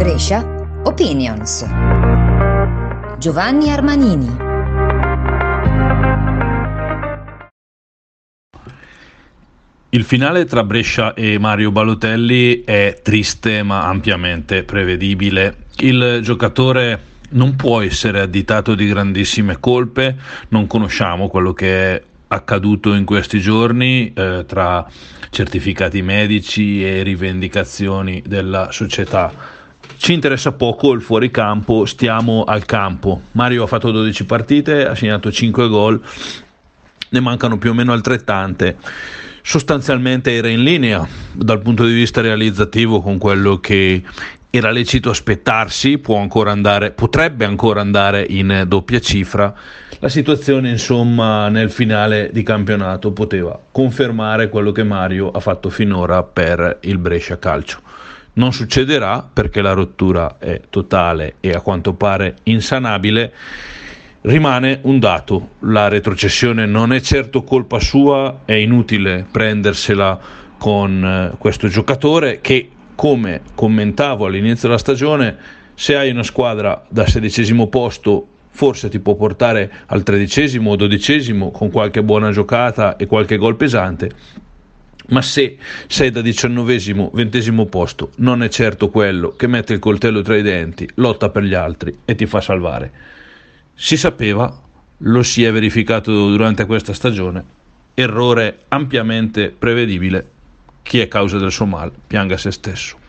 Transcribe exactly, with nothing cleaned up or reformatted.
Brescia Opinions. Giovanni Armanini. Il finale tra Brescia e Mario Balotelli è triste ma ampiamente prevedibile. Il giocatore non può essere additato di grandissime colpe, non conosciamo quello che è accaduto in questi giorni eh, tra certificati medici e rivendicazioni della società. Ci interessa poco il fuoricampo, stiamo al campo. Mario ha fatto dodici partite, ha segnato cinque gol, ne mancano più o meno altrettante. Sostanzialmente era in linea dal punto di vista realizzativo con quello che era lecito aspettarsi, può ancora andare, potrebbe ancora andare in doppia cifra. La situazione, insomma, nel finale di campionato poteva confermare quello che Mario ha fatto finora per il Brescia Calcio. Non succederà perché la rottura è totale e a quanto pare insanabile. Rimane un dato: la retrocessione non è certo colpa sua, è inutile prendersela con questo giocatore che, come commentavo all'inizio della stagione, se hai una squadra da sedicesimo posto forse ti può portare al tredicesimo o dodicesimo con qualche buona giocata e qualche gol pesante, ma se sei da diciannovesimo, ventesimo posto non è certo quello che mette il coltello tra i denti, lotta per gli altri e ti fa salvare. Si sapeva, lo si è verificato durante questa stagione, errore ampiamente prevedibile. Chi è causa del suo mal pianga se stesso.